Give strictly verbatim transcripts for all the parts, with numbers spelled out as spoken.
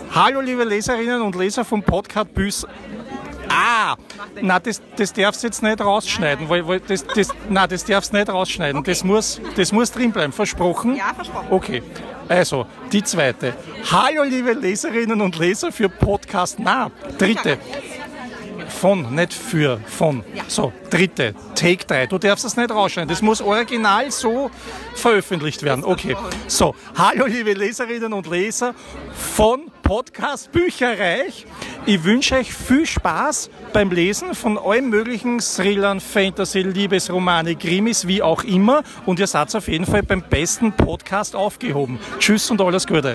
Hallo liebe Leserinnen und Leser vom Podcast Büß. Ah, nein, das, das darfst du jetzt nicht rausschneiden. Weil, weil das, das, nein, das darfst du nicht rausschneiden. Okay. Das, muss, das muss drin bleiben. Versprochen? Ja, versprochen. Okay, also die zweite. Hallo liebe Leserinnen und Leser für Podcast. Na, dritte. Von, nicht für, von. Ja. So, dritte, Take drei. Du darfst das nicht rausschneiden. Das muss original so veröffentlicht werden. Okay. So, hallo liebe Leserinnen und Leser von Podcast Bücherreich. Ich wünsche euch viel Spaß beim Lesen von allen möglichen Thrillern, Fantasy, Liebesromane, Krimis, wie auch immer. Und ihr seid auf jeden Fall beim besten Podcast aufgehoben. Tschüss und alles Gute.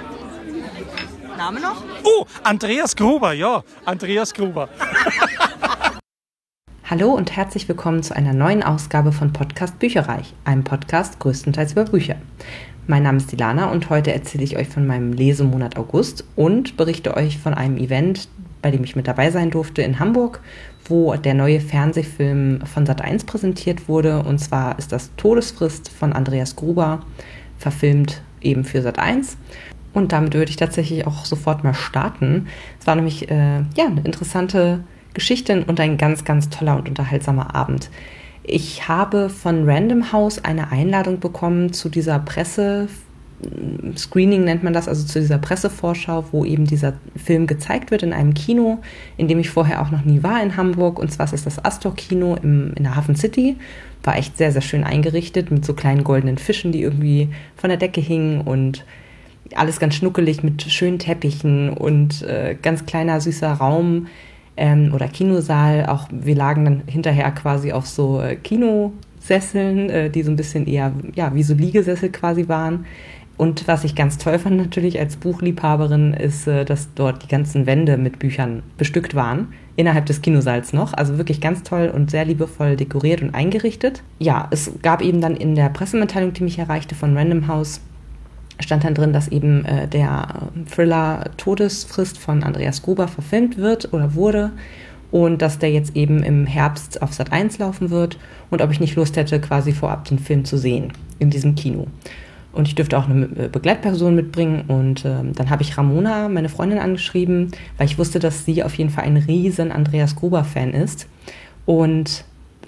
Name noch? Oh, Andreas Gruber, ja, Andreas Gruber. Hallo und herzlich willkommen zu einer neuen Ausgabe von Podcast Bücherreich, einem Podcast größtenteils über Bücher. Mein Name ist Ilana und heute erzähle ich euch von meinem Lesemonat August und berichte euch von einem Event, bei dem ich mit dabei sein durfte in Hamburg, wo der neue Fernsehfilm von Sat eins präsentiert wurde. Und zwar ist das Todesfrist von Andreas Gruber, verfilmt eben für Sat eins. Und damit würde ich tatsächlich auch sofort mal starten. Es war nämlich äh, ja, eine interessante Geschichte und ein ganz, ganz toller und unterhaltsamer Abend. Ich habe von Random House eine Einladung bekommen zu dieser Presse, Screening nennt man das, also zu dieser Pressevorschau, wo eben dieser Film gezeigt wird in einem Kino, in dem ich vorher auch noch nie war in Hamburg. Und zwar ist es das Astor-Kino im, in der Hafen City. War echt sehr, sehr schön eingerichtet mit so kleinen goldenen Fischen, die irgendwie von der Decke hingen und alles ganz schnuckelig mit schönen Teppichen und äh, ganz kleiner, süßer Raum ähm, oder Kinosaal. Auch wir lagen dann hinterher quasi auf so äh, Kinosesseln, äh, die so ein bisschen eher ja, wie so Liegesessel quasi waren. Und was ich ganz toll fand natürlich als Buchliebhaberin ist, äh, dass dort die ganzen Wände mit Büchern bestückt waren. Innerhalb des Kinosaals noch. Also wirklich ganz toll und sehr liebevoll dekoriert und eingerichtet. Ja, es gab eben dann in der Pressemitteilung, die mich erreichte von Random House, stand dann drin, dass eben äh, der Thriller Todesfrist von Andreas Gruber verfilmt wird oder wurde und dass der jetzt eben im Herbst auf Sat eins laufen wird und ob ich nicht Lust hätte, quasi vorab den Film zu sehen in diesem Kino. Und ich dürfte auch eine Begleitperson mitbringen und äh, dann habe ich Ramona, meine Freundin, angeschrieben, weil ich wusste, dass sie auf jeden Fall ein riesen Andreas Gruber-Fan ist und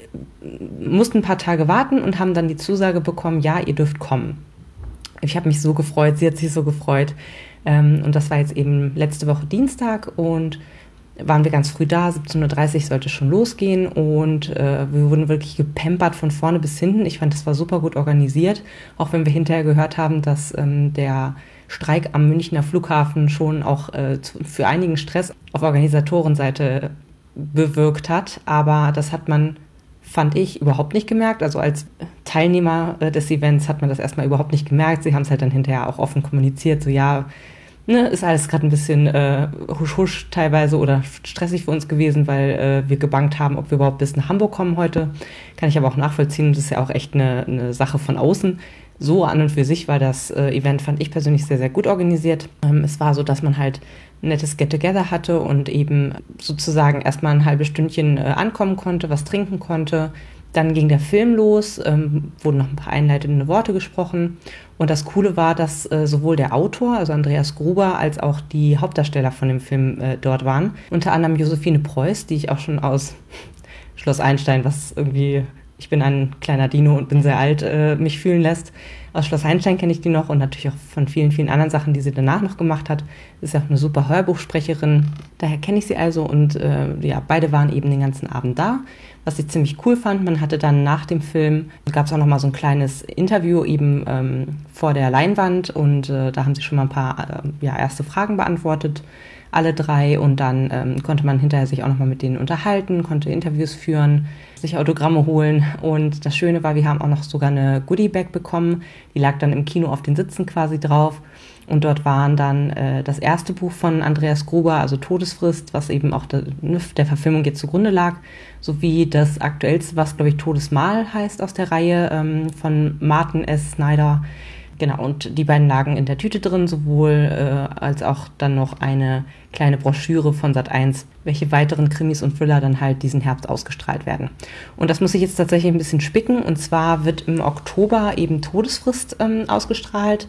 mussten ein paar Tage warten und haben dann die Zusage bekommen, ja, ihr dürft kommen. Ich habe mich so gefreut, sie hat sich so gefreut. Ähm, und das war jetzt eben letzte Woche Dienstag und waren wir ganz früh da, siebzehn Uhr dreißig sollte schon losgehen und äh, wir wurden wirklich gepampert von vorne bis hinten. Ich fand, das war super gut organisiert, auch wenn wir hinterher gehört haben, dass ähm, der Streik am Münchner Flughafen schon auch äh, für einigen Stress auf Organisatorenseite bewirkt hat. Aber das hat man, fand ich, überhaupt nicht gemerkt. Also als Teilnehmer äh, des Events hat man das erstmal überhaupt nicht gemerkt. Sie haben es halt dann hinterher auch offen kommuniziert, so ja, ne, ist alles gerade ein bisschen äh, husch-husch teilweise oder stressig für uns gewesen, weil äh, wir gebangt haben, ob wir überhaupt bis nach Hamburg kommen heute. Kann ich aber auch nachvollziehen. Das ist ja auch echt eine, eine Sache von außen. So an und für sich war das äh, Event, fand ich persönlich sehr, sehr gut organisiert. Ähm, es war so, dass man halt ein nettes Get-Together hatte und eben sozusagen erstmal ein halbes Stündchen äh, ankommen konnte, was trinken konnte. Dann ging der Film los, ähm, wurden noch ein paar einleitende Worte gesprochen. Und das Coole war, dass äh, sowohl der Autor, also Andreas Gruber, als auch die Hauptdarsteller von dem Film äh, dort waren. Unter anderem Josephine Preuß, die ich auch schon aus Schloss Einstein, was irgendwie, ich bin ein kleiner Dino und bin sehr alt, äh, mich fühlen lässt. Aus Schloss Einstein kenne ich die noch und natürlich auch von vielen, vielen anderen Sachen, die sie danach noch gemacht hat. Ist ja auch eine super Hörbuchsprecherin. Daher kenne ich sie also und äh, ja, beide waren eben den ganzen Abend da, was ich ziemlich cool fand. Man hatte dann nach dem Film, gab es auch noch mal so ein kleines Interview eben ähm, vor der Leinwand und äh, da haben sie schon mal ein paar äh, ja, erste Fragen beantwortet, alle drei. Und dann ähm, konnte man hinterher sich auch noch mal mit denen unterhalten, konnte Interviews führen, sich Autogramme holen. Und das Schöne war, wir haben auch noch sogar eine Goodie-Bag bekommen. Die lag dann im Kino auf den Sitzen quasi drauf. Und dort waren dann äh, das erste Buch von Andreas Gruber, also Todesfrist, was eben auch der, der Verfilmung jetzt zugrunde lag, sowie das aktuellste, was, glaube ich, Todesmahl heißt aus der Reihe ähm, von Martin S. Snyder. Genau, und die beiden lagen in der Tüte drin, sowohl äh, als auch dann noch eine kleine Broschüre von Sat eins, welche weiteren Krimis und Thriller dann halt diesen Herbst ausgestrahlt werden. Und das muss ich jetzt tatsächlich ein bisschen spicken. Und zwar wird im Oktober eben Todesfrist ähm, ausgestrahlt.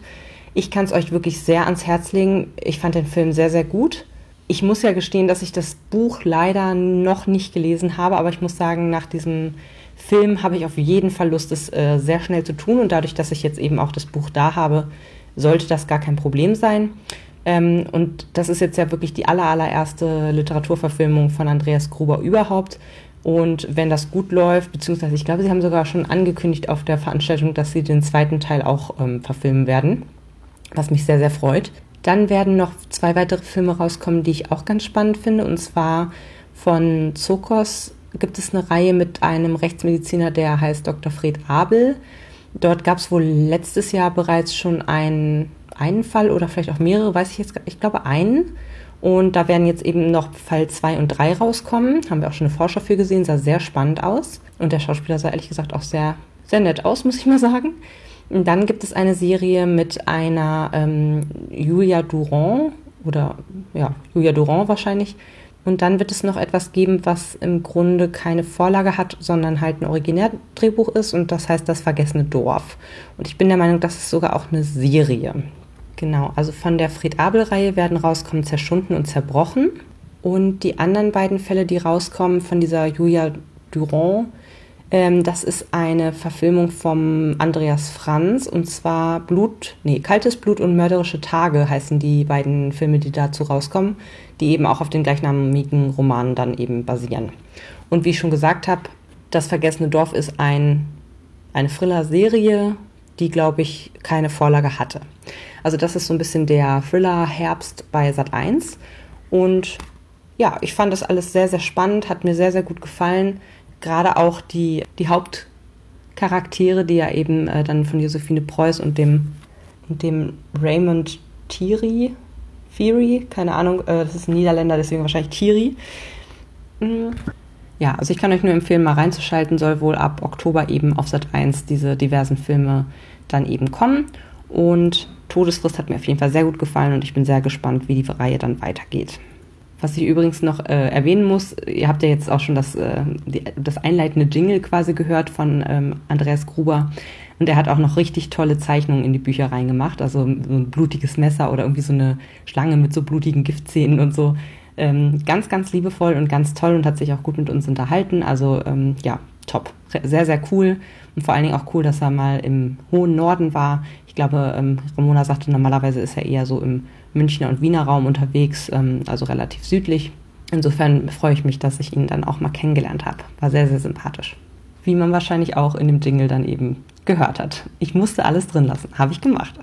Ich kann es euch wirklich sehr ans Herz legen. Ich fand den Film sehr, sehr gut. Ich muss ja gestehen, dass ich das Buch leider noch nicht gelesen habe, aber ich muss sagen, nach diesem Film habe ich auf jeden Fall Lust, es äh, sehr schnell zu tun. Und dadurch, dass ich jetzt eben auch das Buch da habe, sollte das gar kein Problem sein. Ähm, und das ist jetzt ja wirklich die aller, allererste Literaturverfilmung von Andreas Gruber überhaupt. Und wenn das gut läuft, beziehungsweise ich glaube, sie haben sogar schon angekündigt auf der Veranstaltung, dass sie den zweiten Teil auch ähm, verfilmen werden, was mich sehr, sehr freut. Dann werden noch zwei weitere Filme rauskommen, die ich auch ganz spannend finde. Und zwar von Zokos gibt es eine Reihe mit einem Rechtsmediziner, der heißt Doktor Fred Abel. Dort gab es wohl letztes Jahr bereits schon einen, einen Fall oder vielleicht auch mehrere, weiß ich jetzt gar nicht, ich glaube einen. Und da werden jetzt eben noch Fall zwei und drei rauskommen. Haben wir auch schon eine Vorschau für gesehen, sah sehr spannend aus. Und der Schauspieler sah ehrlich gesagt auch sehr, sehr nett aus, muss ich mal sagen. Und dann gibt es eine Serie mit einer ähm, Julia Durand oder ja, Julia Durand wahrscheinlich. Und dann wird es noch etwas geben, was im Grunde keine Vorlage hat, sondern halt ein Originärdrehbuch ist. Und das heißt Das vergessene Dorf. Und ich bin der Meinung, das ist sogar auch eine Serie. Genau, also von der Fred-Abel-Reihe werden rauskommen Zerschunden und Zerbrochen. Und die anderen beiden Fälle, die rauskommen von dieser Julia Durand, Ähm, das ist eine Verfilmung vom Andreas Franz und zwar Blut, nee, Kaltes Blut und mörderische Tage heißen die beiden Filme, die dazu rauskommen, die eben auch auf den gleichnamigen Romanen dann eben basieren. Und wie ich schon gesagt habe, Das vergessene Dorf ist ein, eine Thriller-Serie, die, glaube ich, keine Vorlage hatte. Also das ist so ein bisschen der Thriller-Herbst bei Sat eins und ja, ich fand das alles sehr, sehr spannend, hat mir sehr, sehr gut gefallen. Gerade auch die, die Hauptcharaktere, die ja eben äh, dann von Josephine Preuß und dem, und dem Raymond Thierry, Thierry, keine Ahnung, äh, das ist ein Niederländer, deswegen wahrscheinlich Thierry. Mhm. Ja, also ich kann euch nur empfehlen, mal reinzuschalten, soll wohl ab Oktober eben auf Sat eins diese diversen Filme dann eben kommen. Und Todesfrist hat mir auf jeden Fall sehr gut gefallen und ich bin sehr gespannt, wie die Reihe dann weitergeht. Was ich übrigens noch äh, erwähnen muss, ihr habt ja jetzt auch schon das, äh, die, das einleitende Jingle quasi gehört von ähm, Andreas Gruber. Und er hat auch noch richtig tolle Zeichnungen in die Bücher reingemacht. Also so ein blutiges Messer oder irgendwie so eine Schlange mit so blutigen Giftzähnen und so. Ähm, ganz, ganz liebevoll und ganz toll und hat sich auch gut mit uns unterhalten. Also ähm, ja, top. Sehr, sehr cool. Und vor allen Dingen auch cool, dass er mal im hohen Norden war. Ich glaube, ähm, Ramona sagte, normalerweise ist er eher so im Münchner und Wiener Raum unterwegs, ähm, also relativ südlich. Insofern freue ich mich, dass ich ihn dann auch mal kennengelernt habe. War sehr, sehr sympathisch. Wie man wahrscheinlich auch in dem Jingle dann eben gehört hat. Ich musste alles drin lassen. Habe ich gemacht.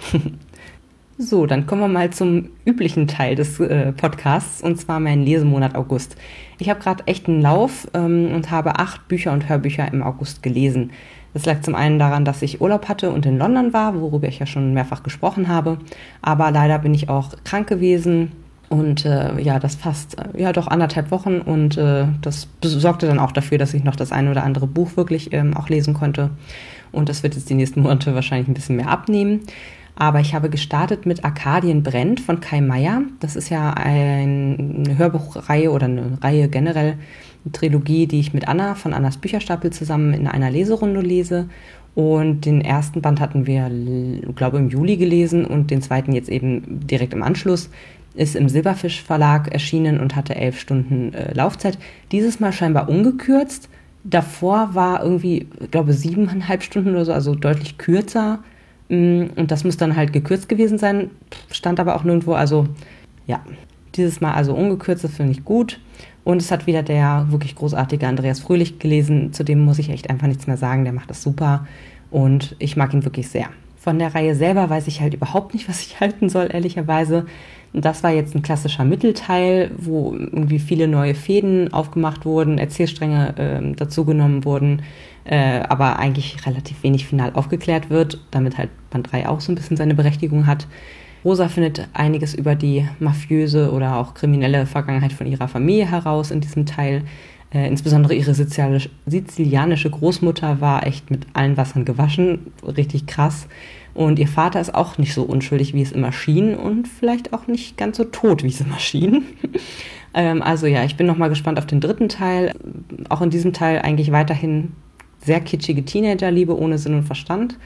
So, dann kommen wir mal zum üblichen Teil des äh, Podcasts, und zwar meinen Lesemonat August. Ich habe gerade echt einen Lauf ähm, und habe acht Bücher und Hörbücher im August gelesen. Das lag zum einen daran, dass ich Urlaub hatte und in London war, worüber ich ja schon mehrfach gesprochen habe. Aber leider bin ich auch krank gewesen und äh, ja, das fast äh, ja doch anderthalb Wochen. Und äh, das sorgte dann auch dafür, dass ich noch das eine oder andere Buch wirklich ähm, auch lesen konnte. Und das wird jetzt die nächsten Monate wahrscheinlich ein bisschen mehr abnehmen. Aber ich habe gestartet mit Arkadien brennt von Kai Meier. Das ist ja ein, eine Hörbuchreihe oder eine Reihe generell, eine Trilogie, die ich mit Anna von Annas Bücherstapel zusammen in einer Leserunde lese. Und den ersten Band hatten wir, glaube ich, im Juli gelesen und den zweiten jetzt eben direkt im Anschluss. Ist im Silberfisch Verlag erschienen und hatte elf Stunden äh, Laufzeit. Dieses Mal scheinbar ungekürzt. Davor war irgendwie, ich glaube, siebeneinhalb Stunden oder so, also deutlich kürzer. Und das muss dann halt gekürzt gewesen sein, stand aber auch nirgendwo. Also ja, dieses Mal also ungekürzt, das finde ich gut. Und es hat wieder der wirklich großartige Andreas Fröhlich gelesen. Zu dem muss ich echt einfach nichts mehr sagen, der macht das super. Und ich mag ihn wirklich sehr. Von der Reihe selber weiß ich halt überhaupt nicht, was ich halten soll, ehrlicherweise. Das war jetzt ein klassischer Mittelteil, wo irgendwie viele neue Fäden aufgemacht wurden, Erzählstränge äh, dazugenommen wurden, äh, aber eigentlich relativ wenig final aufgeklärt wird, damit halt Band drei auch so ein bisschen seine Berechtigung hat. Rosa findet einiges über die mafiöse oder auch kriminelle Vergangenheit von ihrer Familie heraus in diesem Teil. Äh, insbesondere ihre sizilianische Großmutter war echt mit allen Wassern gewaschen, richtig krass. Und ihr Vater ist auch nicht so unschuldig, wie es immer schien und vielleicht auch nicht ganz so tot, wie es immer schien. ähm, also ja, ich bin nochmal gespannt auf den dritten Teil. Auch in diesem Teil eigentlich weiterhin sehr kitschige Teenagerliebe ohne Sinn und Verstand.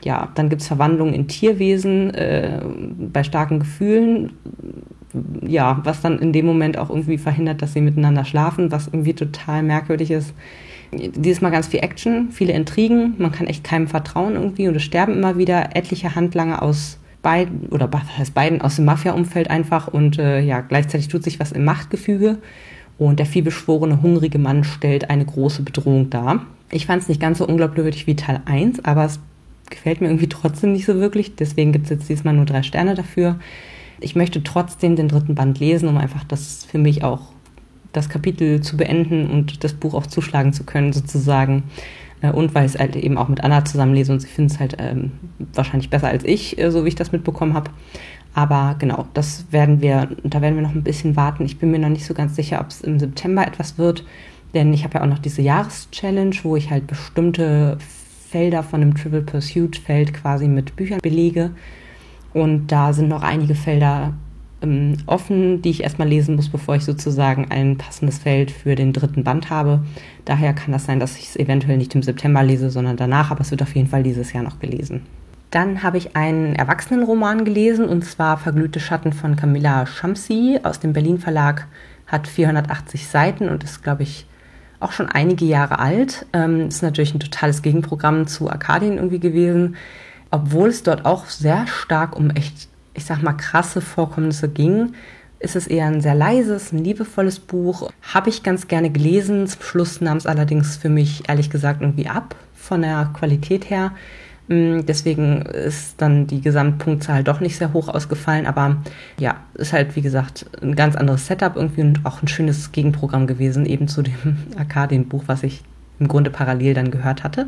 Ja, dann gibt es Verwandlungen in Tierwesen äh, bei starken Gefühlen. Ja, was dann in dem Moment auch irgendwie verhindert, dass sie miteinander schlafen, was irgendwie total merkwürdig ist. Dieses Mal ganz viel Action, viele Intrigen. Man kann echt keinem vertrauen irgendwie und es sterben immer wieder etliche Handlanger aus beiden, oder was heißt beiden, aus dem Mafia-Umfeld einfach. Und äh, ja, gleichzeitig tut sich was im Machtgefüge. Und der vielbeschworene, hungrige Mann stellt eine große Bedrohung dar. Ich fand es nicht ganz so unglaubwürdig wie Teil eins, aber es gefällt mir irgendwie trotzdem nicht so wirklich. Deswegen gibt es jetzt diesmal nur drei Sterne dafür. Ich möchte trotzdem den dritten Band lesen, um einfach das für mich auch das Kapitel zu beenden und das Buch auch zuschlagen zu können sozusagen. Und weil ich es halt eben auch mit Anna zusammenlese und sie findet es halt ähm, wahrscheinlich besser als ich, so wie ich das mitbekommen habe. Aber genau, das werden wir, da werden wir noch ein bisschen warten. Ich bin mir noch nicht so ganz sicher, ob es im September etwas wird, denn ich habe ja auch noch diese Jahreschallenge, wo ich halt bestimmte Felder von dem Trivial Pursuit Feld quasi mit Büchern belege. Und da sind noch einige Felder ähm, offen, die ich erstmal lesen muss, bevor ich sozusagen ein passendes Feld für den dritten Band habe. Daher kann das sein, dass ich es eventuell nicht im September lese, sondern danach, aber es wird auf jeden Fall dieses Jahr noch gelesen. Dann habe ich einen Erwachsenenroman gelesen, und zwar Verglühte Schatten von Kamila Shamsi aus dem Berlin Verlag. Hat vierhundertachtzig Seiten und ist, glaube ich, auch schon einige Jahre alt. Ähm, ist natürlich ein totales Gegenprogramm zu Arkadien irgendwie gewesen, obwohl es dort auch sehr stark um echt, ich sag mal, krasse Vorkommnisse ging. Ist es eher ein sehr leises, ein liebevolles Buch. Habe ich ganz gerne gelesen. Zum Schluss nahm es allerdings für mich, ehrlich gesagt, irgendwie ab von der Qualität her. Deswegen ist dann die Gesamtpunktzahl doch nicht sehr hoch ausgefallen, aber ja, ist halt, wie gesagt, ein ganz anderes Setup irgendwie und auch ein schönes Gegenprogramm gewesen, eben zu dem Arkadien-Buch, was ich im Grunde parallel dann gehört hatte.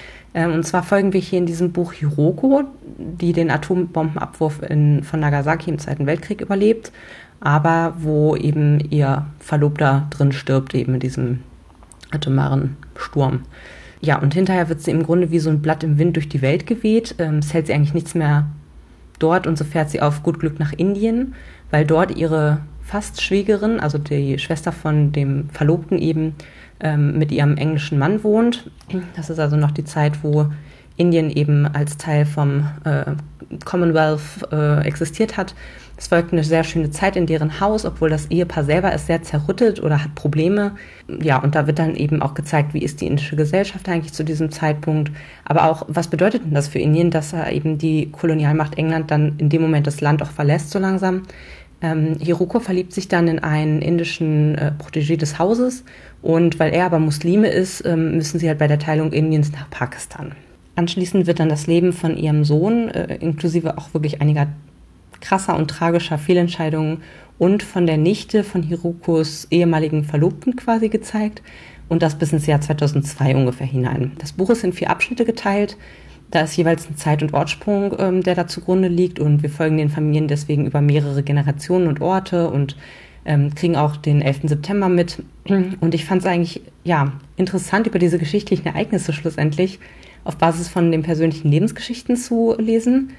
Und zwar folgen wir hier in diesem Buch Hiroko, die den Atombombenabwurf in, von Nagasaki im Zweiten Weltkrieg überlebt, aber wo eben ihr Verlobter drin stirbt, eben in diesem atomaren Sturm. Ja, und hinterher wird sie im Grunde wie so ein Blatt im Wind durch die Welt geweht. Ähm, es hält sie eigentlich nichts mehr dort und so fährt sie auf gut Glück nach Indien, weil dort ihre Fast-Schwägerin, also die Schwester von dem Verlobten eben, ähm, mit ihrem englischen Mann wohnt. Das ist also noch die Zeit, wo Indien eben als Teil vom äh, Commonwealth äh, existiert hat. Es folgt eine sehr schöne Zeit in deren Haus, obwohl das Ehepaar selber ist sehr zerrüttet oder hat Probleme. Ja, und da wird dann eben auch gezeigt, wie ist die indische Gesellschaft eigentlich zu diesem Zeitpunkt. Aber auch, was bedeutet denn das für Indien, dass er eben die Kolonialmacht England dann in dem Moment das Land auch verlässt so langsam. Ähm, Hiroko verliebt sich dann in einen indischen äh, Protégé des Hauses und weil er aber Muslime ist, ähm, müssen sie halt bei der Teilung Indiens nach Pakistan. Anschließend wird dann das Leben von ihrem Sohn, äh, inklusive auch wirklich einiger krasser und tragischer Fehlentscheidungen und von der Nichte von Hirokos ehemaligen Verlobten quasi gezeigt und das bis ins Jahr zweitausendzwei ungefähr hinein. Das Buch ist in vier Abschnitte geteilt, da ist jeweils ein Zeit- und Ortssprung, ähm, der da zugrunde liegt und wir folgen den Familien deswegen über mehrere Generationen und Orte und ähm, kriegen auch den elften September mit und ich fand es eigentlich ja interessant, über diese geschichtlichen Ereignisse schlussendlich auf Basis von den persönlichen Lebensgeschichten zu lesen,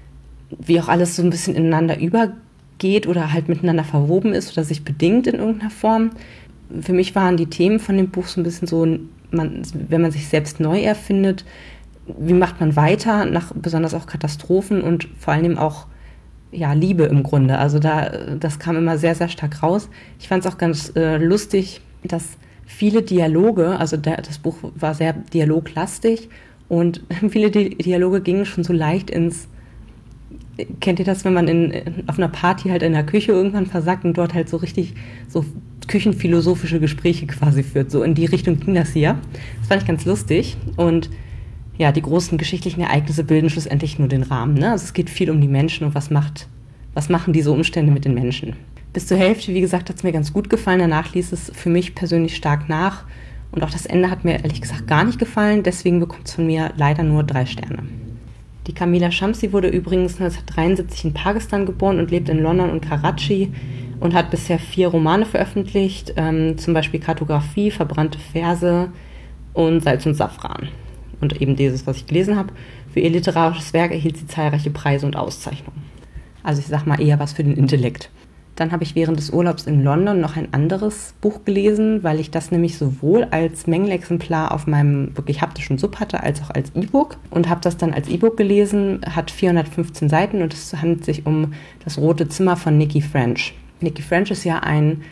wie auch alles so ein bisschen ineinander übergeht oder halt miteinander verwoben ist oder sich bedingt in irgendeiner Form. Für mich waren die Themen von dem Buch so ein bisschen so, man, wenn man sich selbst neu erfindet, wie macht man weiter nach besonders auch Katastrophen und vor allem auch ja, Liebe im Grunde. Also da, das kam immer sehr, sehr stark raus. Ich fand es auch ganz äh, lustig, dass viele Dialoge, also der, das Buch war sehr dialoglastig und viele Di- Dialoge gingen schon so leicht ins, kennt ihr das, wenn man in, auf einer Party halt in der Küche irgendwann versackt und dort halt so richtig so küchenphilosophische Gespräche quasi führt. So in die Richtung ging das hier. Das fand ich ganz lustig und ja, die großen geschichtlichen Ereignisse bilden schlussendlich nur den Rahmen. Ne? Also es geht viel um die Menschen und was macht, was machen diese Umstände mit den Menschen. Bis zur Hälfte, wie gesagt, hat es mir ganz gut gefallen. Danach ließ es für mich persönlich stark nach. Und auch das Ende hat mir ehrlich gesagt gar nicht gefallen. Deswegen bekommt es von mir leider nur drei Sterne. Die Kamila Shamsi wurde übrigens neunzehnhundertdreiundsiebzig in Pakistan geboren und lebt in London und Karachi und hat bisher vier Romane veröffentlicht, ähm, zum Beispiel Kartografie, Verbrannte Verse und Salz und Safran. Und eben dieses, was ich gelesen habe. Für ihr literarisches Werk erhielt sie zahlreiche Preise und Auszeichnungen. Also ich sag mal eher was für den Intellekt. Dann habe ich während des Urlaubs in London noch ein anderes Buch gelesen, weil ich das nämlich sowohl als Mängelexemplar auf meinem wirklich haptischen Sub hatte, als auch als E-Book. Und habe das dann als E-Book gelesen, hat vierhundertfünfzehn Seiten und es handelt sich um Das Rote Zimmer von Nikki French. Nikki French ist ja ein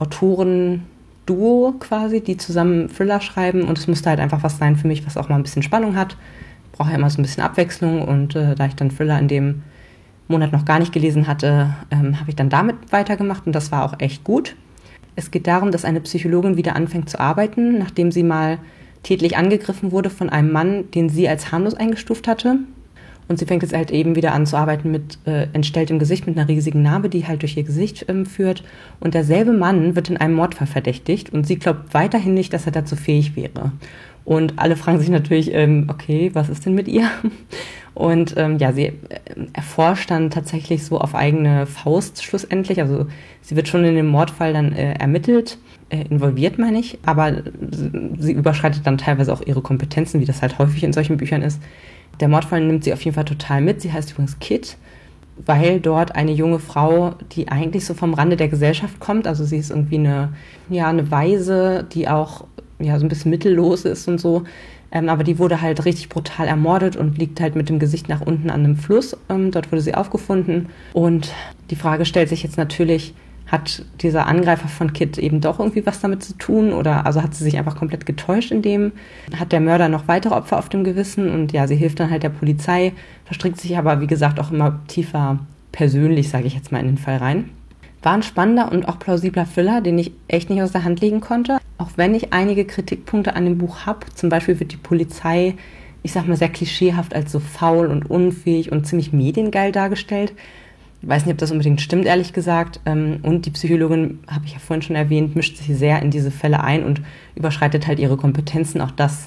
Autoren-Duo quasi, die zusammen Thriller schreiben und es musste halt einfach was sein für mich, was auch mal ein bisschen Spannung hat. Ich brauche ja immer so ein bisschen Abwechslung und äh, da ich dann Thriller in dem Monat noch gar nicht gelesen hatte, ähm, habe ich dann damit weitergemacht und das war auch echt gut. Es geht darum, dass eine Psychologin wieder anfängt zu arbeiten, nachdem sie mal tätlich angegriffen wurde von einem Mann, den sie als harmlos eingestuft hatte. Und sie fängt jetzt halt eben wieder an zu arbeiten mit äh, entstelltem Gesicht, mit einer riesigen Narbe, die halt durch ihr Gesicht ähm, führt. Und derselbe Mann wird in einem Mordfall verdächtigt und sie glaubt weiterhin nicht, dass er dazu fähig wäre. Und alle fragen sich natürlich, ähm, okay, was ist denn mit ihr? Und ähm, ja, sie äh, erforscht dann tatsächlich so auf eigene Faust schlussendlich. Also sie wird schon in dem Mordfall dann äh, ermittelt, äh, involviert meine ich, aber sie überschreitet dann teilweise auch ihre Kompetenzen, wie das halt häufig in solchen Büchern ist. Der Mordfall nimmt sie auf jeden Fall total mit. Sie heißt übrigens Kit, weil dort eine junge Frau, die eigentlich so vom Rande der Gesellschaft kommt, also sie ist irgendwie eine, ja, eine Waise, die auch ja, so ein bisschen mittellos ist und so, ähm, aber die wurde halt richtig brutal ermordet und liegt halt mit dem Gesicht nach unten an einem Fluss. Ähm, dort wurde sie aufgefunden und die Frage stellt sich jetzt natürlich, hat dieser Angreifer von Kit eben doch irgendwie was damit zu tun oder also hat sie sich einfach komplett getäuscht in dem? Hat der Mörder noch weitere Opfer auf dem Gewissen? Und ja, sie hilft dann halt der Polizei, verstrickt sich aber, wie gesagt, auch immer tiefer persönlich, sage ich jetzt mal, in den Fall rein. War ein spannender und auch plausibler Thriller, den ich echt nicht aus der Hand legen konnte. Auch wenn ich einige Kritikpunkte an dem Buch habe. Zum Beispiel wird die Polizei, ich sag mal, sehr klischeehaft als so faul und unfähig und ziemlich mediengeil dargestellt. Ich weiß nicht, ob das unbedingt stimmt, ehrlich gesagt. Und die Psychologin, habe ich ja vorhin schon erwähnt, mischt sich sehr in diese Fälle ein und überschreitet halt ihre Kompetenzen. Auch das,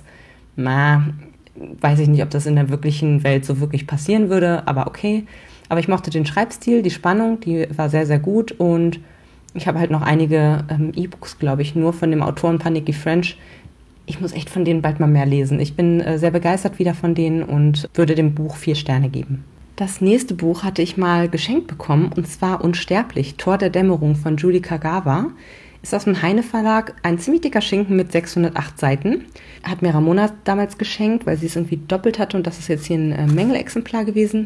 na, weiß ich nicht, ob das in der wirklichen Welt so wirklich passieren würde, aber okay. Aber ich mochte den Schreibstil, die Spannung, die war sehr, sehr gut. Und ich habe halt noch einige ähm, E-Books, glaube ich, nur von dem Autorenpaar Nikki French. Ich muss echt von denen bald mal mehr lesen. Ich bin äh, sehr begeistert wieder von denen und würde dem Buch vier Sterne geben. Das nächste Buch hatte ich mal geschenkt bekommen, und zwar Unsterblich, Tor der Dämmerung von Julie Kagawa. Ist aus dem Heine Verlag, ein ziemlich dicker Schinken mit sechshundertacht Seiten. Hat mir Ramona damals geschenkt, weil sie es irgendwie doppelt hatte und das ist jetzt hier ein äh, Mängelexemplar gewesen.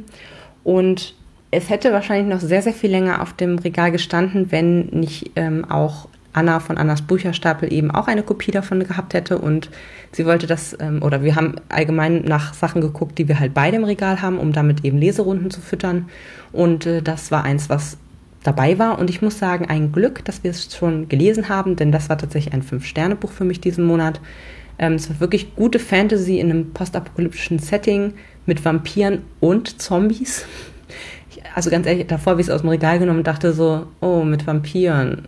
Und es hätte wahrscheinlich noch sehr, sehr viel länger auf dem Regal gestanden, wenn nicht ähm, auch Anna von Annas Bücherstapel eben auch eine Kopie davon gehabt hätte. Und sie wollte das, ähm, oder wir haben allgemein nach Sachen geguckt, die wir halt beide im Regal haben, um damit eben Leserunden zu füttern. Und äh, das war eins, was dabei war. Und ich muss sagen, ein Glück, dass wir es schon gelesen haben, denn das war tatsächlich ein Fünf-Sterne-Buch für mich diesen Monat. Ähm, es war wirklich gute Fantasy in einem postapokalyptischen Setting mit Vampiren und Zombies. Ich, also ganz ehrlich, davor habe ich es aus dem Regal genommen und dachte so, oh, mit Vampiren.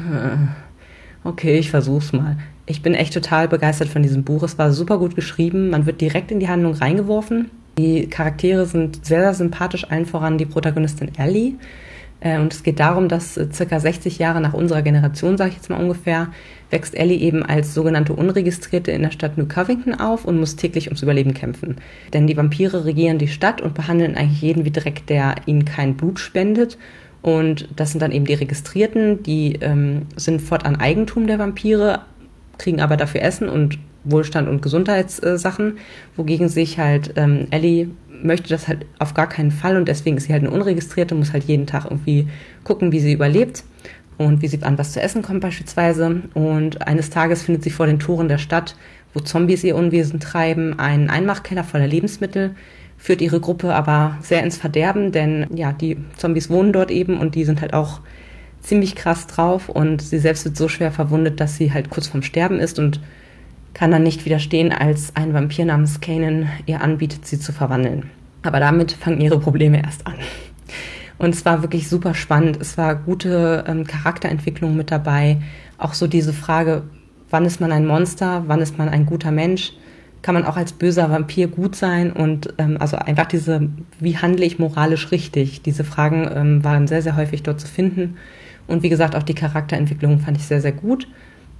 Okay, ich versuch's mal. Ich bin echt total begeistert von diesem Buch. Es war super gut geschrieben. Man wird direkt in die Handlung reingeworfen. Die Charaktere sind sehr, sehr sympathisch, allen voran die Protagonistin Ellie. Und es geht darum, dass circa sechzig Jahre nach unserer Generation, sage ich jetzt mal ungefähr, wächst Ellie eben als sogenannte Unregistrierte in der Stadt New Covington auf und muss täglich ums Überleben kämpfen. Denn die Vampire regieren die Stadt und behandeln eigentlich jeden wie Dreck, der ihnen kein Blut spendet. Und das sind dann eben die Registrierten, die ähm, sind fortan Eigentum der Vampire, kriegen aber dafür Essen und Wohlstand und Gesundheitssachen, äh, wogegen sich halt ähm, Ellie möchte das halt auf gar keinen Fall und deswegen ist sie halt eine Unregistrierte, muss halt jeden Tag irgendwie gucken, wie sie überlebt und wie sie an was zu essen kommt beispielsweise. Und eines Tages findet sie vor den Toren der Stadt, wo Zombies ihr Unwesen treiben, einen Einmachkeller voller Lebensmittel, führt ihre Gruppe aber sehr ins Verderben, denn ja, die Zombies wohnen dort eben und die sind halt auch ziemlich krass drauf und sie selbst wird so schwer verwundet, dass sie halt kurz vorm Sterben ist und kann dann nicht widerstehen, als ein Vampir namens Kanan ihr anbietet, sie zu verwandeln. Aber damit fangen ihre Probleme erst an. Und es war wirklich super spannend. Es war gute ähm, Charakterentwicklung mit dabei. Auch so diese Frage, wann ist man ein Monster, wann ist man ein guter Mensch? Kann man auch als böser Vampir gut sein? Und ähm, also einfach diese, wie handle ich moralisch richtig? Diese Fragen ähm, waren sehr, sehr häufig dort zu finden. Und wie gesagt, auch die Charakterentwicklung fand ich sehr, sehr gut.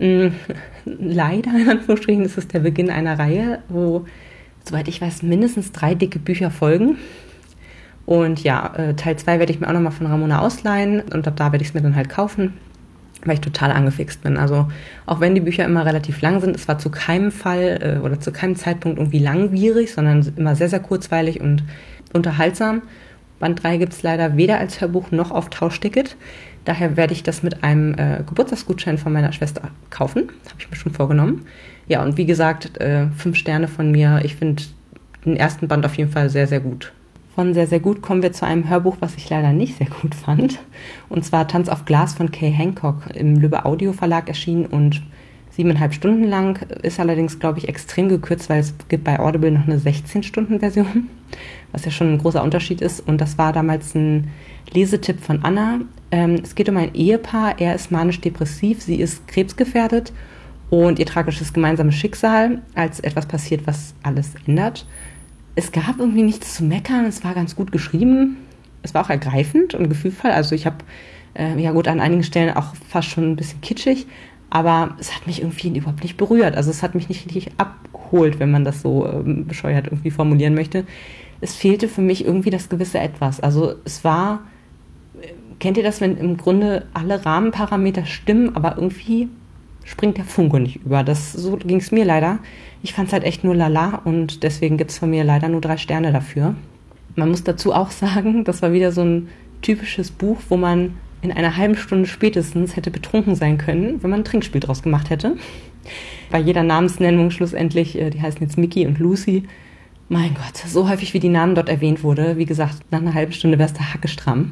Leider, in Anführungsstrichen, ist es der Beginn einer Reihe, wo, soweit ich weiß, mindestens drei dicke Bücher folgen. Und ja, äh, Teil zwei werde ich mir auch nochmal von Ramona ausleihen und ab da werde ich es mir dann halt kaufen, weil ich total angefixt bin. Also auch wenn die Bücher immer relativ lang sind, es war zu keinem Fall äh, oder zu keinem Zeitpunkt irgendwie langwierig, sondern immer sehr, sehr kurzweilig und unterhaltsam. Band drei gibt es leider weder als Hörbuch noch auf Tauschticket. Daher werde ich das mit einem äh, Geburtstagsgutschein von meiner Schwester kaufen. Das habe ich mir schon vorgenommen. Ja, und wie gesagt, äh, fünf Sterne von mir. Ich finde den ersten Band auf jeden Fall sehr, sehr gut. Von sehr, sehr gut kommen wir zu einem Hörbuch, was ich leider nicht sehr gut fand. Und zwar Tanz auf Glas von Kay Hancock, im Lübbe Audio Verlag erschienen und siebeneinhalb Stunden lang. Ist allerdings, glaube ich, extrem gekürzt, weil es gibt bei Audible noch eine sechzehn-Stunden-Version, was ja schon ein großer Unterschied ist. Und das war damals ein Lesetipp von Anna. Ähm, es geht um ein Ehepaar. Er ist manisch-depressiv, sie ist krebsgefährdet und ihr tragisches gemeinsames Schicksal, als etwas passiert, was alles ändert. Es gab irgendwie nichts zu meckern, es war ganz gut geschrieben, es war auch ergreifend und gefühlvoll, also ich habe, äh, ja gut, an einigen Stellen auch fast schon ein bisschen kitschig, aber es hat mich irgendwie überhaupt nicht berührt, also es hat mich nicht richtig abgeholt, wenn man das so ähm, bescheuert irgendwie formulieren möchte. Es fehlte für mich irgendwie das gewisse Etwas, also es war, kennt ihr das, wenn im Grunde alle Rahmenparameter stimmen, aber irgendwie springt der Funke nicht über. Das, so ging es mir leider. Ich fand es halt echt nur lala und deswegen gibt es von mir leider nur drei Sterne dafür. Man muss dazu auch sagen, das war wieder so ein typisches Buch, wo man in einer halben Stunde spätestens hätte betrunken sein können, wenn man ein Trinkspiel draus gemacht hätte. Bei jeder Namensnennung schlussendlich, die heißen jetzt Mickey und Lucy. Mein Gott, so häufig wie die Namen dort erwähnt wurde, wie gesagt, nach einer halben Stunde wär's da hackestramm.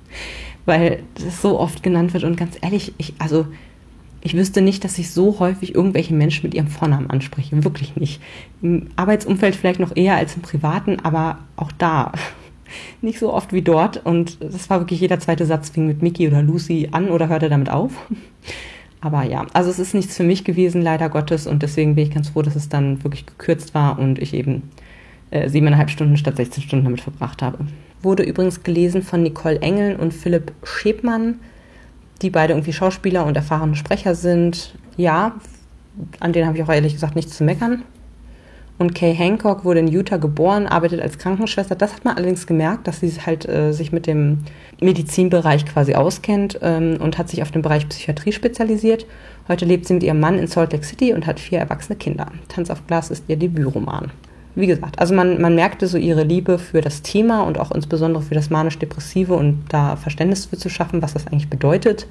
Weil das so oft genannt wird und ganz ehrlich, ich, also ich wüsste nicht, dass ich so häufig irgendwelche Menschen mit ihrem Vornamen anspreche. Wirklich nicht. Im Arbeitsumfeld vielleicht noch eher als im Privaten, aber auch da nicht so oft wie dort. Und das war wirklich jeder zweite Satz fing mit Mickey oder Lucy an oder hörte damit auf. Aber ja, also es ist nichts für mich gewesen, leider Gottes. Und deswegen bin ich ganz froh, dass es dann wirklich gekürzt war und ich eben äh, siebeneinhalb Stunden statt sechzehn Stunden damit verbracht habe. Wurde übrigens gelesen von Nicole Engel und Philipp Schepmann, die beide irgendwie Schauspieler und erfahrene Sprecher sind. Ja, an denen habe ich auch ehrlich gesagt nichts zu meckern. Und Kay Hancock wurde in Utah geboren, arbeitet als Krankenschwester. Das hat man allerdings gemerkt, dass sie halt äh, sich mit dem Medizinbereich quasi auskennt ähm, und hat sich auf den Bereich Psychiatrie spezialisiert. Heute lebt sie mit ihrem Mann in Salt Lake City und hat vier erwachsene Kinder. Tanz auf Glas ist ihr Debütroman. Wie gesagt, also man, man merkte so ihre Liebe für das Thema und auch insbesondere für das manisch-depressive und da Verständnis für zu schaffen, was das eigentlich bedeutet.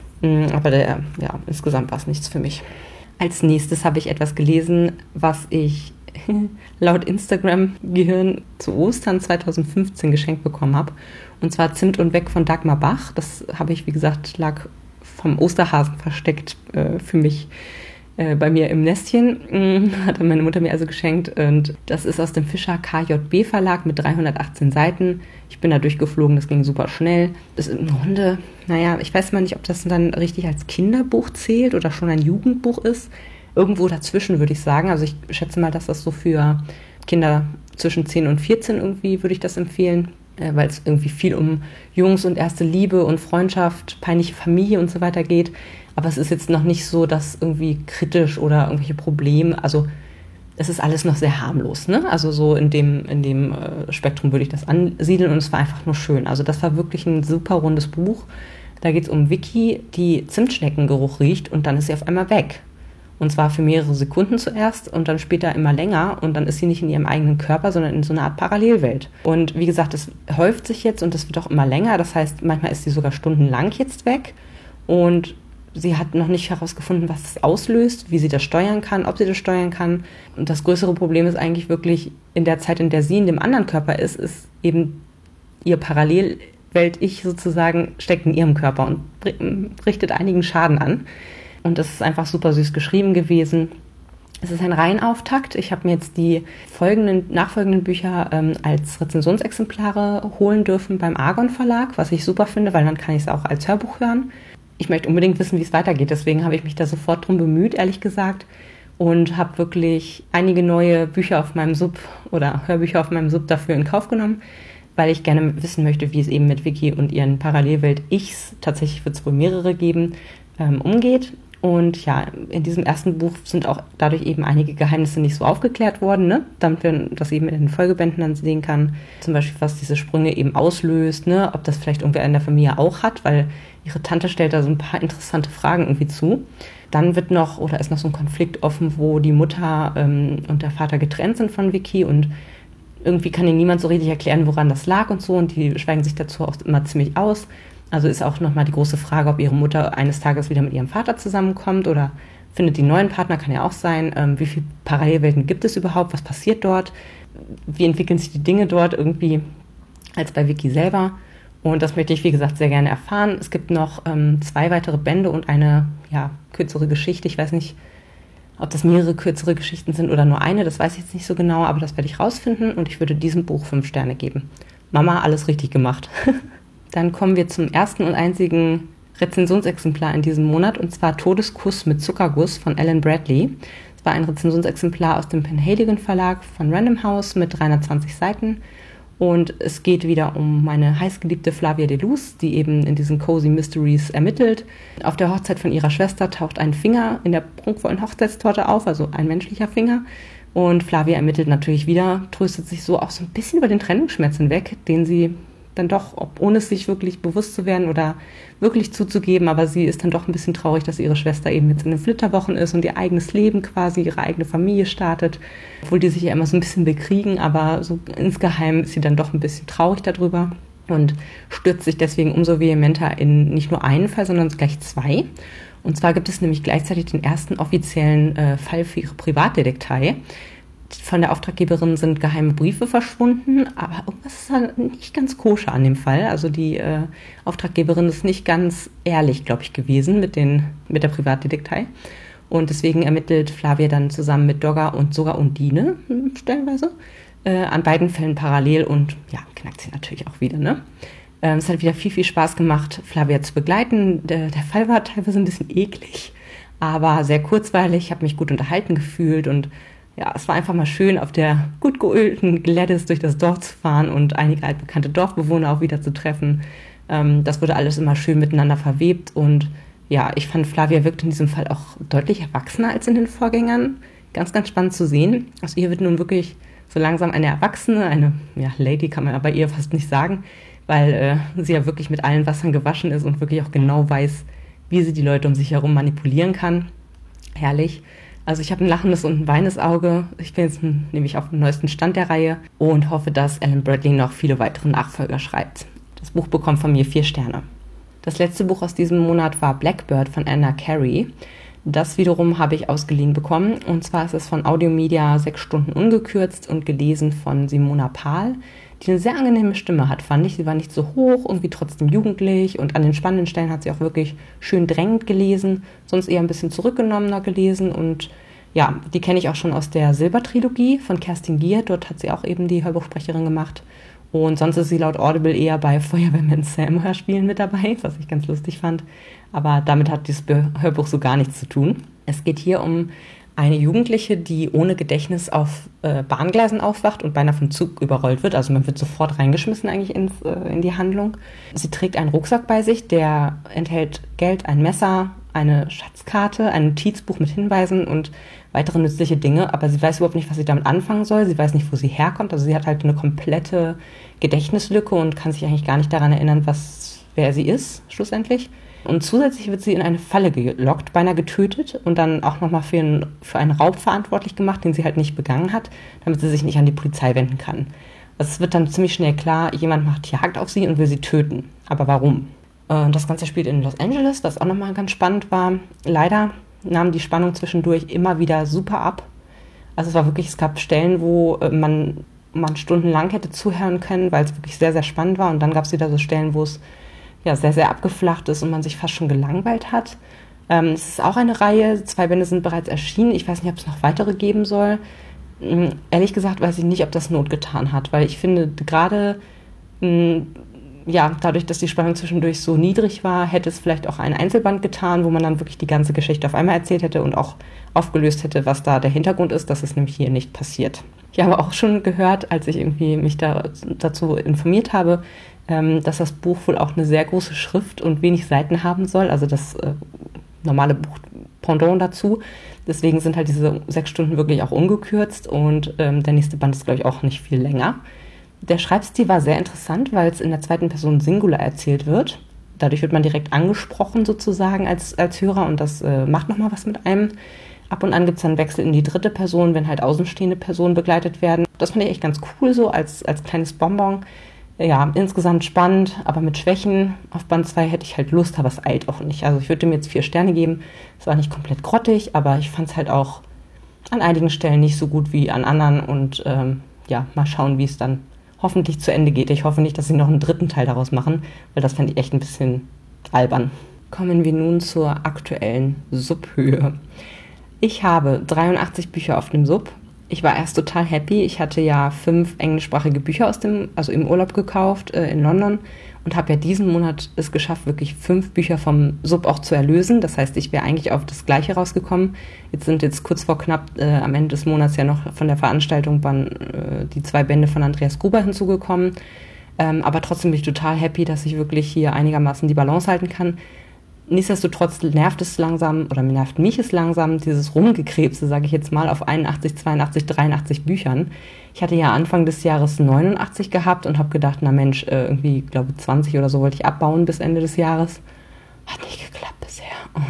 Aber der, ja, insgesamt war es nichts für mich. Als nächstes habe ich etwas gelesen, was ich laut Instagram-Gehirn zu Ostern zweitausendfünfzehn geschenkt bekommen habe. Und zwar Zimt und Weg von Dagmar Bach. Das habe ich, wie gesagt, lag vom Osterhasen versteckt äh, für mich bei mir im Nestchen, hat meine Mutter mir also geschenkt und das ist aus dem Fischer K J B Verlag mit dreihundertachtzehn Seiten. Ich bin da durchgeflogen, das ging super schnell. Das ist im Grunde, naja, ich weiß mal nicht, ob das dann richtig als Kinderbuch zählt oder schon ein Jugendbuch ist. Irgendwo dazwischen würde ich sagen, also ich schätze mal, dass das so für Kinder zwischen zehn und vierzehn irgendwie würde ich das empfehlen, weil es irgendwie viel um Jungs und erste Liebe und Freundschaft, peinliche Familie und so weiter geht. Aber es ist jetzt noch nicht so, dass irgendwie kritisch oder irgendwelche Probleme, also es ist alles noch sehr harmlos, ne? Also so in dem, in dem äh, Spektrum würde ich das ansiedeln und es war einfach nur schön. Also das war wirklich ein super rundes Buch. Da geht es um Vicky, die Zimtschneckengeruch riecht und dann ist sie auf einmal weg. Und zwar für mehrere Sekunden zuerst und dann später immer länger und dann ist sie nicht in ihrem eigenen Körper, sondern in so einer Art Parallelwelt. Und wie gesagt, das häuft sich jetzt und das wird auch immer länger. Das heißt, manchmal ist sie sogar stundenlang jetzt weg und sie hat noch nicht herausgefunden, was das auslöst, wie sie das steuern kann, ob sie das steuern kann. Und das größere Problem ist eigentlich wirklich, in der Zeit, in der sie in dem anderen Körper ist, ist eben ihr Parallelwelt-Ich sozusagen steckt in ihrem Körper und richtet einigen Schaden an. Und das ist einfach super süß geschrieben gewesen. Es ist ein Reihenauftakt. Ich habe mir jetzt die folgenden, nachfolgenden Bücher ähm, als Rezensionsexemplare holen dürfen beim Argon Verlag, was ich super finde, weil dann kann ich es auch als Hörbuch hören. Ich möchte unbedingt wissen, wie es weitergeht. Deswegen habe ich mich da sofort drum bemüht, ehrlich gesagt. Und habe wirklich einige neue Bücher auf meinem Sub oder Hörbücher auf meinem Sub dafür in Kauf genommen, weil ich gerne wissen möchte, wie es eben mit Vicky und ihren Parallelwelt-Ichs, tatsächlich wird es wohl mehrere geben, ähm, umgeht. Und ja, in diesem ersten Buch sind auch dadurch eben einige Geheimnisse nicht so aufgeklärt worden, ne? Damit man das eben in den Folgebänden dann sehen kann. Zum Beispiel, was diese Sprünge eben auslöst, ne? Ob das vielleicht irgendwer in der Familie auch hat, weil ihre Tante stellt da so ein paar interessante Fragen irgendwie zu. Dann wird noch, oder ist noch so ein Konflikt offen, wo die Mutter ähm, und der Vater getrennt sind von Vicky und irgendwie kann ihnen niemand so richtig erklären, woran das lag und so, und die schweigen sich dazu auch immer ziemlich aus. Also ist auch nochmal die große Frage, ob ihre Mutter eines Tages wieder mit ihrem Vater zusammenkommt oder findet die neuen Partner, kann ja auch sein. Ähm, wie viele Parallelwelten gibt es überhaupt? Was passiert dort? Wie entwickeln sich die Dinge dort irgendwie als bei Vicky selber? Und das möchte ich, wie gesagt, sehr gerne erfahren. Es gibt noch ähm, zwei weitere Bände und eine ja, kürzere Geschichte. Ich weiß nicht, ob das mehrere kürzere Geschichten sind oder nur eine. Das weiß ich jetzt nicht so genau, aber das werde ich rausfinden. Und ich würde diesem Buch fünf Sterne geben. Mama, alles richtig gemacht. Dann kommen wir zum ersten und einzigen Rezensionsexemplar in diesem Monat, und zwar Todeskuss mit Zuckerguss von Alan Bradley. Es war ein Rezensionsexemplar aus dem Penhaligon Verlag von Random House mit dreihundertzwanzig Seiten. Und es geht wieder um meine heißgeliebte Flavia de Luz, die eben in diesen Cozy Mysteries ermittelt. Auf der Hochzeit von ihrer Schwester taucht ein Finger in der prunkvollen Hochzeitstorte auf, also ein menschlicher Finger. Und Flavia ermittelt natürlich wieder, tröstet sich so auch so ein bisschen über den Trennungsschmerz hinweg, den sie dann doch, ob ohne es sich wirklich bewusst zu werden oder wirklich zuzugeben, aber sie ist dann doch ein bisschen traurig, dass ihre Schwester eben jetzt in den Flitterwochen ist und ihr eigenes Leben quasi, ihre eigene Familie startet, obwohl die sich ja immer so ein bisschen bekriegen, aber so insgeheim ist sie dann doch ein bisschen traurig darüber und stürzt sich deswegen umso vehementer in nicht nur einen Fall, sondern gleich zwei. Und zwar gibt es nämlich gleichzeitig den ersten offiziellen äh, Fall für ihre Privatdetektei. Von der Auftraggeberin sind geheime Briefe verschwunden, aber irgendwas ist da nicht ganz koscher an dem Fall. Also die äh, Auftraggeberin ist nicht ganz ehrlich, glaube ich, gewesen mit, den, mit der Privatdetektei. Und deswegen ermittelt Flavia dann zusammen mit Dogger und sogar Undine, stellenweise, äh, an beiden Fällen parallel und ja, knackt sie natürlich auch wieder, ne? Ähm, es hat wieder viel, viel Spaß gemacht, Flavia zu begleiten. Der, der Fall war teilweise ein bisschen eklig, aber sehr kurzweilig. Ich habe mich gut unterhalten gefühlt und ja, es war einfach mal schön, auf der gut geölten Gladys durch das Dorf zu fahren und einige altbekannte Dorfbewohner auch wieder zu treffen. Ähm, das wurde alles immer schön miteinander verwebt und ja, ich fand, Flavia wirkt in diesem Fall auch deutlich erwachsener als in den Vorgängern. Ganz, ganz spannend zu sehen. Aus ihr wird nun wirklich so langsam eine Erwachsene, eine ja, Lady kann man aber ihr fast nicht sagen, weil äh, sie ja wirklich mit allen Wassern gewaschen ist und wirklich auch genau weiß, wie sie die Leute um sich herum manipulieren kann. Herrlich. Also ich habe ein lachendes und ein weinendes Auge. Ich bin jetzt nämlich auf dem neuesten Stand der Reihe und hoffe, dass Alan Bradley noch viele weitere Nachfolger schreibt. Das Buch bekommt von mir vier Sterne. Das letzte Buch aus diesem Monat war Blackbird von Anna Carey. Das wiederum habe ich ausgeliehen bekommen. Und zwar ist es von Audiomedia sechs Stunden ungekürzt und gelesen von Simona Pahl, die eine sehr angenehme Stimme hat, fand ich. Sie war nicht so hoch, irgendwie trotzdem jugendlich und an den spannenden Stellen hat sie auch wirklich schön drängend gelesen, sonst eher ein bisschen zurückgenommener gelesen und ja, die kenne ich auch schon aus der Silbertrilogie von Kerstin Gier. Dort hat sie auch eben die Hörbuchsprecherin gemacht und sonst ist sie laut Audible eher bei Feuerwehrmann Sam Hörspielen mit dabei, was ich ganz lustig fand, aber damit hat dieses Hörbuch so gar nichts zu tun. Es geht hier um eine Jugendliche, die ohne Gedächtnis auf äh, Bahngleisen aufwacht und beinahe vom Zug überrollt wird. Also man wird sofort reingeschmissen eigentlich ins, äh, in die Handlung. Sie trägt einen Rucksack bei sich, der enthält Geld, ein Messer, eine Schatzkarte, ein Notizbuch mit Hinweisen und weitere nützliche Dinge. Aber sie weiß überhaupt nicht, was sie damit anfangen soll. Sie weiß nicht, wo sie herkommt. Also sie hat halt eine komplette Gedächtnislücke und kann sich eigentlich gar nicht daran erinnern, was, wer sie ist, schlussendlich. Und zusätzlich wird sie in eine Falle gelockt, beinahe getötet und dann auch nochmal für einen, für einen Raub verantwortlich gemacht, den sie halt nicht begangen hat, damit sie sich nicht an die Polizei wenden kann. Also es wird dann ziemlich schnell klar, jemand macht Jagd auf sie und will sie töten. Aber warum? Das Ganze spielt in Los Angeles, was auch nochmal ganz spannend war. Leider nahm die Spannung zwischendurch immer wieder super ab. Also es war wirklich, es gab Stellen, wo man, man stundenlang hätte zuhören können, weil es wirklich sehr, sehr spannend war. Und dann gab es wieder so Stellen, wo es ja, sehr, sehr abgeflacht ist und man sich fast schon gelangweilt hat. Ähm, es ist auch eine Reihe, zwei Bände sind bereits erschienen. Ich weiß nicht, ob es noch weitere geben soll. Ähm, ehrlich gesagt weiß ich nicht, ob das Not getan hat, weil ich finde, gerade ähm, ja, dadurch, dass die Spannung zwischendurch so niedrig war, hätte es vielleicht auch ein Einzelband getan, wo man dann wirklich die ganze Geschichte auf einmal erzählt hätte und auch aufgelöst hätte, was da der Hintergrund ist. Das ist nämlich hier nicht passiert. Ich habe auch schon gehört, als ich irgendwie mich da, dazu informiert habe, ähm, dass das Buch wohl auch eine sehr große Schrift und wenig Seiten haben soll. Also das äh, normale Buch Pendant dazu. Deswegen sind halt diese sechs Stunden wirklich auch ungekürzt und ähm, der nächste Band ist, glaube ich, auch nicht viel länger. Der Schreibstil war sehr interessant, weil es in der zweiten Person Singular erzählt wird. Dadurch wird man direkt angesprochen sozusagen als, als Hörer und das äh, macht nochmal was mit einem. Ab und an gibt es dann Wechsel in die dritte Person, wenn halt außenstehende Personen begleitet werden. Das fand ich echt ganz cool so als, als kleines Bonbon. Ja, insgesamt spannend, aber mit Schwächen. Auf Band zwei hätte ich halt Lust, aber es eilt auch nicht. Also ich würde dem jetzt vier Sterne geben. Es war nicht komplett grottig, aber ich fand es halt auch an einigen Stellen nicht so gut wie an anderen. Und ähm, ja, mal schauen, wie es dann hoffentlich zu Ende geht. Ich hoffe nicht, dass sie noch einen dritten Teil daraus machen, weil das fände ich echt ein bisschen albern. Kommen wir nun zur aktuellen Subhöhe. Ich habe dreiundachtzig Bücher auf dem Sub. Ich war erst total happy. Ich hatte ja fünf englischsprachige Bücher aus dem, also im Urlaub gekauft äh, in London und habe ja diesen Monat es geschafft, wirklich fünf Bücher vom Sub auch zu erlösen. Das heißt, ich wäre eigentlich auf das Gleiche rausgekommen. Jetzt sind jetzt kurz vor knapp äh, am Ende des Monats ja noch von der Veranstaltung waren, äh, die zwei Bände von Andreas Gruber hinzugekommen. Ähm, aber trotzdem bin ich total happy, dass ich wirklich hier einigermaßen die Balance halten kann. Nichtsdestotrotz nervt es langsam, oder nervt mich es langsam, dieses Rumgekrebse, sage ich jetzt mal, auf einundachtzig, zweiundachtzig, dreiundachtzig Büchern. Ich hatte ja Anfang des Jahres neunundachtzig gehabt und habe gedacht, na Mensch, äh, irgendwie, glaube zwanzig oder so wollte ich abbauen bis Ende des Jahres. Hat nicht geklappt bisher.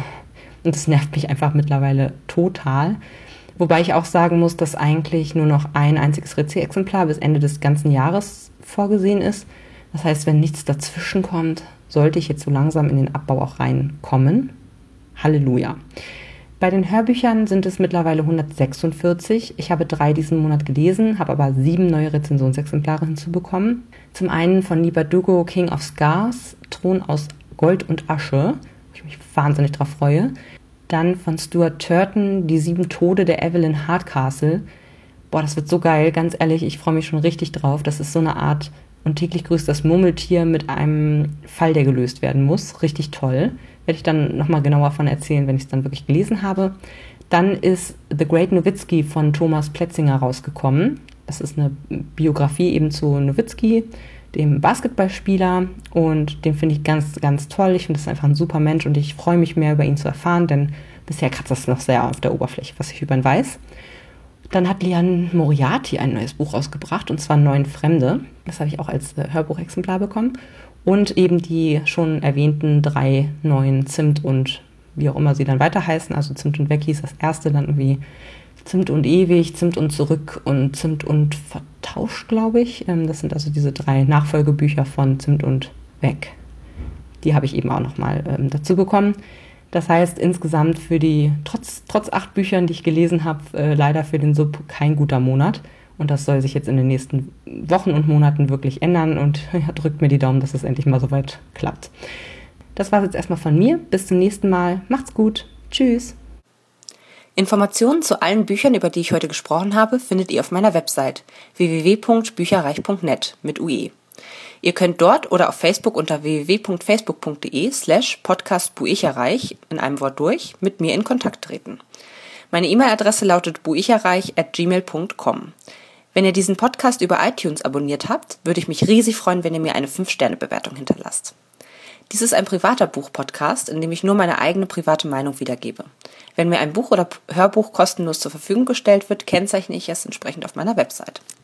Und das nervt mich einfach mittlerweile total. Wobei ich auch sagen muss, dass eigentlich nur noch ein einziges Rezi-Exemplar bis Ende des ganzen Jahres vorgesehen ist. Das heißt, wenn nichts dazwischen kommt, sollte ich jetzt so langsam in den Abbau auch reinkommen. Halleluja. Bei den Hörbüchern sind es mittlerweile hundertsechsundvierzig. Ich habe drei diesen Monat gelesen, habe aber sieben neue Rezensionsexemplare hinzubekommen. Zum einen von Liber Dugo, King of Scars, Thron aus Gold und Asche, wo ich mich wahnsinnig drauf freue. Dann von Stuart Turton, Die sieben Tode der Evelyn Hardcastle. Boah, das wird so geil, ganz ehrlich, ich freue mich schon richtig drauf. Das ist so eine Art Und täglich grüßt das Murmeltier mit einem Fall, der gelöst werden muss. Richtig toll. Werde ich dann nochmal genauer von erzählen, wenn ich es dann wirklich gelesen habe. Dann ist The Great Nowitzki von Thomas Plätzinger rausgekommen. Das ist eine Biografie eben zu Nowitzki, dem Basketballspieler. Und den finde ich ganz, ganz toll. Ich finde, das ist einfach ein super Mensch und ich freue mich mehr über ihn zu erfahren, denn bisher kratzt das noch sehr auf der Oberfläche, was ich über ihn weiß. Dann hat Liane Moriarty ein neues Buch rausgebracht, und zwar Neun Fremde. Das habe ich auch als äh, Hörbuchexemplar bekommen. Und eben die schon erwähnten drei neuen Zimt und wie auch immer sie dann weiter heißen. Also Zimt und Weg hieß das erste, dann irgendwie Zimt und Ewig, Zimt und Zurück und Zimt und Vertauscht, glaube ich. Ähm, das sind also diese drei Nachfolgebücher von Zimt und Weg. Die habe ich eben auch nochmal ähm, dazu bekommen. Das heißt, insgesamt für die, trotz, trotz acht Büchern, die ich gelesen habe, äh, leider für den Sub kein guter Monat. Und das soll sich jetzt in den nächsten Wochen und Monaten wirklich ändern. Und ja, drückt mir die Daumen, dass es endlich mal soweit klappt. Das war es jetzt erstmal von mir. Bis zum nächsten Mal. Macht's gut. Tschüss. Informationen zu allen Büchern, über die ich heute gesprochen habe, findet ihr auf meiner Website w w w punkt bücherreich punkt net mit U E. Ihr könnt dort oder auf Facebook unter w w w punkt facebook punkt de slash podcast buicherreich in einem Wort durch mit mir in Kontakt treten. Meine E-Mail-Adresse lautet buicherreich at gmail punkt com. Wenn ihr diesen Podcast über iTunes abonniert habt, würde ich mich riesig freuen, wenn ihr mir eine fünf Sterne Bewertung hinterlasst. Dies ist ein privater Buch-Podcast, in dem ich nur meine eigene private Meinung wiedergebe. Wenn mir ein Buch oder Hörbuch kostenlos zur Verfügung gestellt wird, kennzeichne ich es entsprechend auf meiner Website.